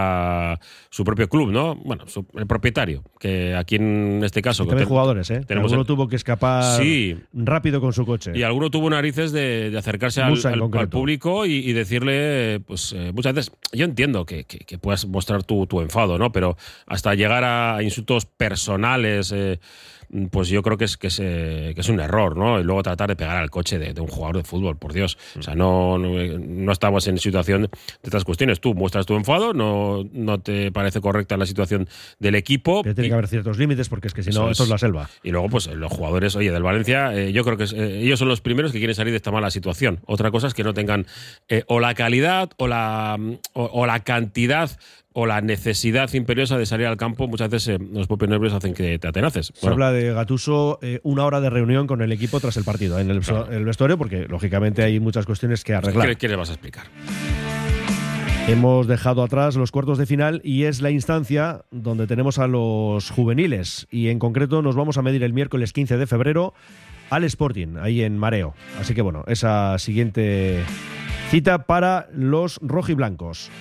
club, ¿no? Bueno, el propietario, que aquí en este caso... También jugadores, alguno tuvo que escapar rápido con su coche. Y alguno tuvo narices de acercarse al público y decirle, pues muchas veces, yo entiendo que puedas mostrar tu enfado, ¿no? Pero hasta llegar a insultos personales, pues yo creo que es un error, ¿no? Y luego tratar de pegar al coche de un jugador de fútbol, por Dios. O sea, no estamos en situación de estas cuestiones. Tú muestras tu enfado, no te parece correcta la situación del equipo. Pero tiene que haber ciertos límites, porque es que si no, esto es la selva. Y luego, pues los jugadores, del Valencia, yo creo que ellos son los primeros que quieren salir de esta mala situación. Otra cosa es que no tengan o la calidad o la cantidad o la necesidad imperiosa de salir al campo. Muchas veces los propios nervios hacen que te atenaces. Se habla de Gattuso, 1 hora de reunión con el equipo tras el partido en el vestuario, porque lógicamente hay muchas cuestiones que arreglar. ¿Qué le vas a explicar? Hemos dejado atrás los cuartos de final y es la instancia donde tenemos a los juveniles, y en concreto nos vamos a medir el miércoles 15 de febrero al Sporting, ahí en Mareo. Así que bueno, esa siguiente cita para los rojiblancos.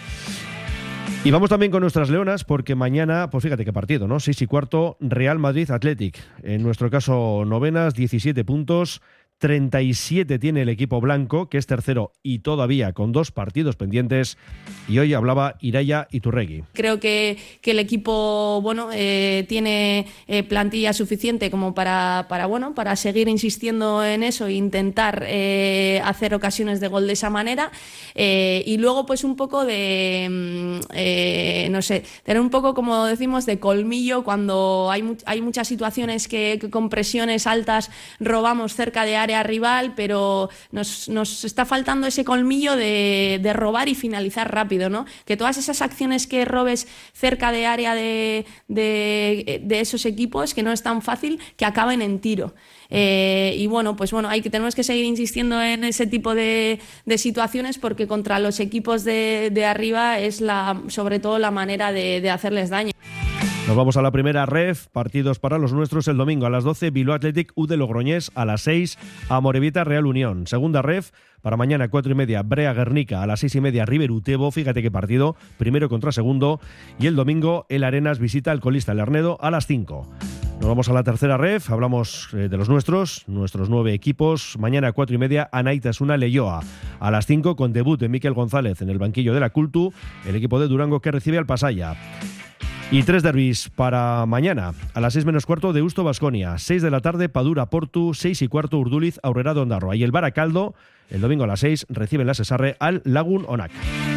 Y vamos también con nuestras leonas, porque mañana, pues fíjate qué partido, ¿no? 6:15, Real Madrid Athletic. En nuestro caso, novenas, 17 puntos. 37 tiene el equipo blanco, que es tercero y todavía con 2 partidos pendientes. Y hoy hablaba Ireia Iturregui. Creo que el equipo tiene plantilla suficiente como para seguir insistiendo en eso e intentar hacer ocasiones de gol de esa manera. Y luego pues un poco de, tener un poco, como decimos, de colmillo cuando hay muchas situaciones que con presiones altas robamos cerca de área rival, pero nos está faltando ese colmillo de robar y finalizar rápido, ¿no? Que todas esas acciones que robes cerca de área de esos equipos, que no es tan fácil, que acaben en tiro. Y tenemos que seguir insistiendo en ese tipo de situaciones, porque contra los equipos de arriba es sobre todo la manera de hacerles daño. Nos vamos a la primera ref, partidos para los nuestros el domingo a las 12, Bilbao Athletic U de Logroñés, a las 6, Amorebieta Real Unión. Segunda ref, para mañana 4:30, Brea Guernica, a las 6:30, River Utebo, fíjate qué partido, primero contra segundo, y el domingo el Arenas visita al colista el Arnedo a las 5. Nos vamos a la tercera ref, hablamos de los nuestros 9 equipos. Mañana 4:30, Anaitasuna Leioa. A las 5, con debut de Miquel González en el banquillo de la Cultu, el equipo de Durango que recibe al Pasaya. Y 3 derbis para mañana. A las 6:15, Deusto Baskonia. 6 de la tarde, Padura Portu. 6:15, Urduliz Aurrera de Ondarroa. Y el Baracaldo, el domingo a las 6, recibe en la Sesarre al Lagun Onak.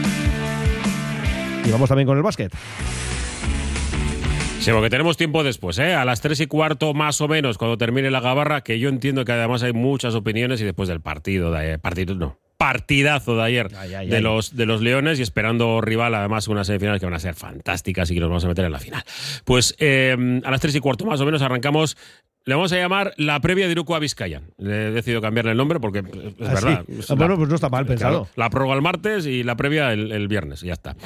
Y vamos también con el básquet. Sí, porque tenemos tiempo después, a las 3:15 más o menos, cuando termine la gabarra, que yo entiendo que además hay muchas opiniones, y después del partidazo de ayer de los Leones, y esperando rival, además unas semifinales que van a ser fantásticas y que nos vamos a meter en la final. Pues a las 3:15 más o menos arrancamos. Le vamos a llamar la previa de Iruko a Vizcaya. Le he decidido cambiarle el nombre porque es verdad. Sí. Bueno, pues no está mal pensado. Claro, la prórroga el martes y la previa el viernes, y ya está.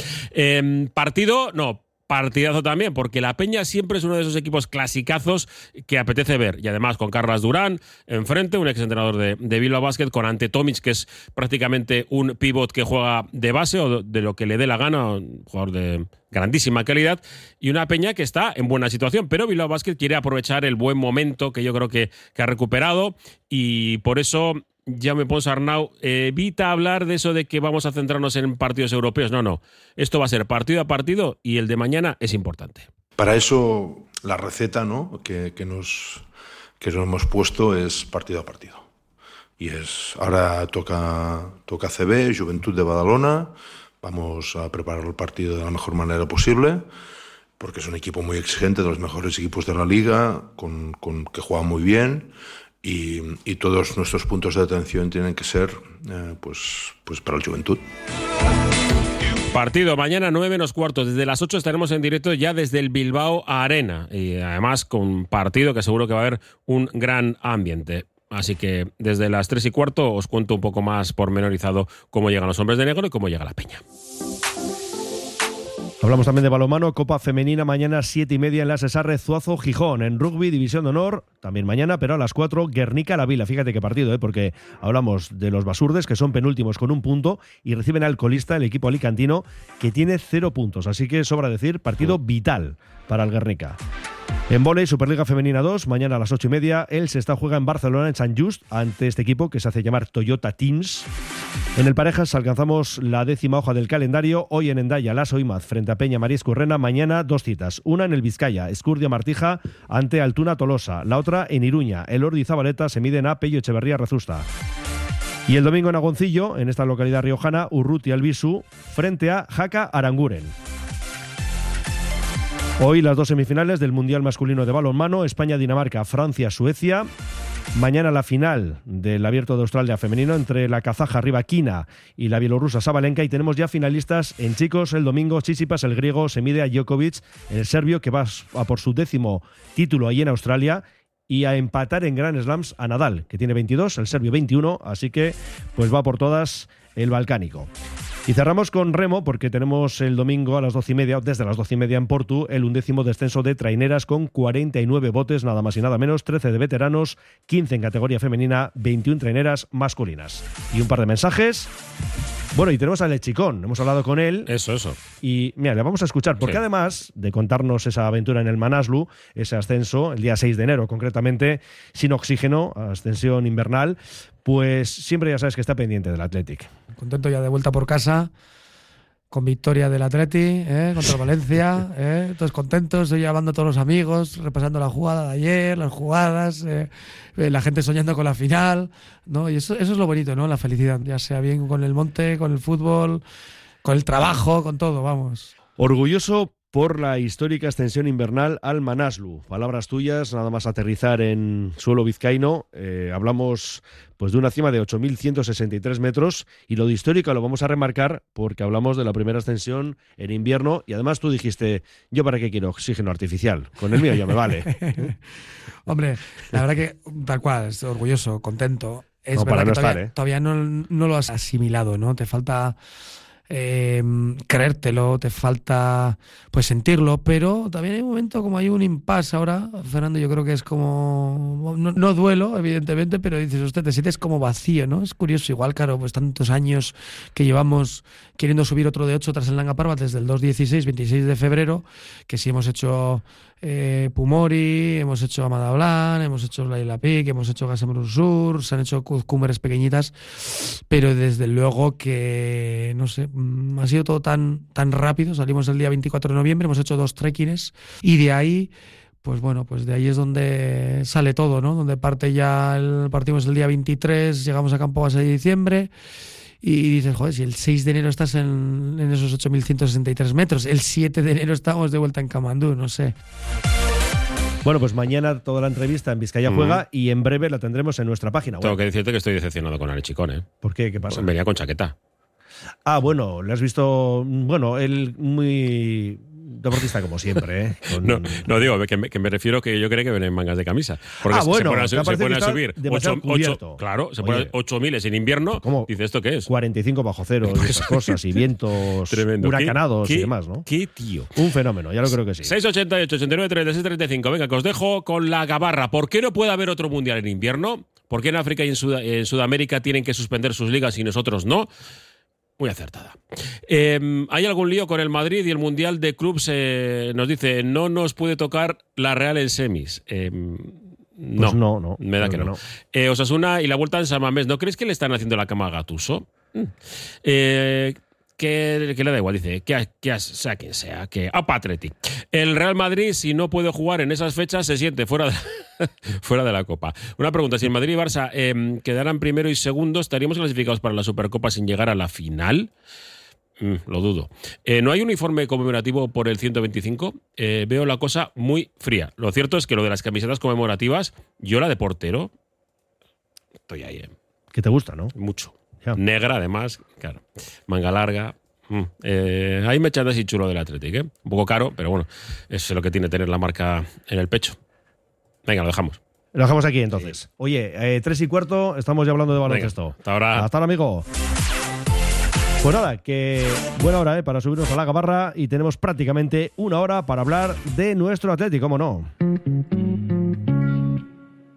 Partidazo también, porque la Peña siempre es uno de esos equipos clasicazos que apetece ver. Y además con Carlas Durán enfrente, un exentrenador de Bilbao Basket, con Ante Tomic, que es prácticamente un pivot que juega de base o de lo que le dé la gana, un jugador de grandísima calidad, y una Peña que está en buena situación. Pero Bilbao Basket quiere aprovechar el buen momento que yo creo que ha recuperado, y por eso Jaume Ponsarnau evita hablar de eso de que vamos a centrarnos en partidos europeos. No. Esto va a ser partido a partido, y el de mañana es importante. Para eso la receta, ¿no?, que nos hemos puesto es partido a partido. Y ahora toca CB, Juventud de Badalona. Vamos a preparar el partido de la mejor manera posible, porque es un equipo muy exigente, de los mejores equipos de la liga, que juega muy bien. Y todos nuestros puntos de atención tienen que ser pues para el Juventud. Partido mañana 9:15. Desde las 8 estaremos en directo ya desde el Bilbao Arena. Y además con partido que seguro que va a haber un gran ambiente. Así que desde las 3:15 os cuento un poco más pormenorizado cómo llegan los hombres de negro y cómo llega la Peña. Hablamos también de balonmano, Copa Femenina, mañana 7:30 en la Sesarre, Zuazo, Gijón. En rugby, División de Honor, también mañana, pero a las 4, Guernica, La Vila. Fíjate qué partido, porque hablamos de los Basurdes, que son penúltimos con 1 punto, y reciben al colista, el equipo alicantino, que tiene 0 puntos. Así que sobra decir, partido vital para el Guernica. En vóley, Superliga Femenina 2, mañana a las 8:30, el Sestao juega en Barcelona, en Sant Just, ante este equipo que se hace llamar Toyota Teams. En el Parejas alcanzamos la 10ª hoja del calendario. Hoy en Hendaya, Las Oimaz frente a Peña María Escurrena. Mañana 2 citas, una en el Vizcaya, Escurdia Martija ante Altuna Tolosa, la otra en Iruña, el Ordi Zabaleta se miden a Pello Echeverría Rezusta. Y el domingo en Agoncillo, en esta localidad riojana, Urruti Albisu frente a Jaca Aranguren. Hoy las 2 semifinales del Mundial Masculino de Balonmano, España-Dinamarca, Francia-Suecia. Mañana la final del Abierto de Australia femenino entre la kazaja Rybakina y la bielorrusa Sabalenka, y tenemos ya finalistas en chicos. El domingo Tsitsipas, el griego, se mide a Djokovic, el serbio, que va a por su 10º título ahí en Australia, y a empatar en Grand Slams a Nadal, que tiene 22, el serbio 21, así que pues va por todas el balcánico. Y cerramos con remo, porque tenemos el domingo a las 12:30, desde las 12:30 en Portu, el 11º descenso de traineras con 49 botes, nada más y nada menos, 13 de veteranos, 15 en categoría femenina, 21 traineras masculinas. Y un par de mensajes. Bueno, y tenemos a Lechicón, hemos hablado con él. Eso. Y mira, le vamos a escuchar, porque además de contarnos esa aventura en el Manaslu, ese ascenso, el día 6 de enero concretamente, sin oxígeno, ascensión invernal, pues siempre ya sabes que está pendiente del Athletic. Contento ya de vuelta por casa, con victoria del Atleti, contra el Valencia, todos contentos, estoy llamando a todos los amigos, repasando la jugada de ayer, las jugadas, la gente soñando con la final, ¿no? Y eso es lo bonito, ¿no? La felicidad, ya sea bien con el monte, con el fútbol, con el trabajo, con todo, vamos. Orgulloso por la histórica ascensión invernal al Manaslu. Palabras tuyas, nada más aterrizar en suelo vizcaíno. Hablamos pues de una cima de 8.163 metros, y lo de histórica lo vamos a remarcar porque hablamos de la primera ascensión en invierno, y además tú dijiste, ¿yo para qué quiero oxígeno artificial? Con el mío ya me vale. Hombre, la verdad que tal cual, estoy orgulloso, contento. Es no, verdad para que no todavía, estar, todavía no lo has asimilado, ¿no? Te falta creértelo, te falta pues sentirlo, pero también hay un momento como hay un impasse ahora, Fernando, yo creo que es como, no duelo, evidentemente, pero dices, usted te sientes como vacío, ¿no? Es curioso, igual, claro, pues tantos años que llevamos queriendo subir otro de 8 tras el Nanga Parbat desde el 2-16, 26 de febrero, que sí hemos hecho Pumori, hemos hecho Amada Blanc, hemos hecho Laila Pic, hemos hecho Gasembrun Sur, se han hecho cumbres pequeñitas, pero desde luego que, no sé, ha sido todo tan rápido. Salimos el día 24 de noviembre, hemos hecho 2 trekkings y de ahí, pues bueno, pues de ahí es donde sale todo, ¿no? Donde partimos el día 23, llegamos a Campo Base de diciembre. Y dices, joder, si el 6 de enero estás en esos 8.163 metros, el 7 de enero estamos de vuelta en Kamandú, no sé. Bueno, pues mañana toda la entrevista en Vizcaya Juega y en breve la tendremos en nuestra página web. Tengo que decirte que estoy decepcionado con Arechicón, ¿eh? ¿Por qué? ¿Qué pasa? Pues venía con chaqueta. Ah, bueno, le has visto, bueno, él muy deportista como siempre, ¿eh? No digo, que me refiero que yo creo que ven en mangas de camisa. Porque bueno, se pone a subir 8, claro, se pone 8.000 en invierno. ¿Cómo? Dice, ¿esto qué es? 45 bajo cero y esas cosas, y vientos huracanados y demás, ¿no? ¿Qué tío? Un fenómeno, ya lo creo que sí. 688, 89, 36, 35. Venga, que os dejo con la gabarra. ¿Por qué no puede haber otro mundial en invierno? ¿Por qué en África y en Sudamérica tienen que suspender sus ligas y nosotros no? Muy acertada. ¿Hay algún lío con el Madrid y el Mundial de Clubs? Nos dice, no nos puede tocar la Real en semis. Pues no. Me da que no. Osasuna y la vuelta en San Mamés. ¿No crees que le están haciendo la cama a Gattuso? Que le da igual, dice, que sea quien sea, que a Patreti. El Real Madrid, si no puede jugar en esas fechas, se siente fuera de la Copa. Una pregunta, si el Madrid y Barça quedaran primero y segundo, ¿estaríamos clasificados para la Supercopa sin llegar a la final? Lo dudo. ¿No hay uniforme conmemorativo por el 125? Veo la cosa muy fría. Lo cierto es que lo de las camisetas conmemorativas, yo la de portero, estoy ahí. Que te gusta, ¿no? Mucho. Negra, además, claro. Manga larga. Ahí me echan así chulo del Athletic, ¿eh? Un poco caro, pero bueno, eso es lo que tiene tener la marca en el pecho. Venga, lo dejamos. Lo dejamos aquí, entonces. Sí. Oye, 3:15, estamos ya hablando de baloncesto. Venga, hasta ahora. Hasta ahora, amigo. Pues nada, que buena hora para subirnos a la gabarra y tenemos prácticamente una hora para hablar de nuestro Athletic, ¿cómo no?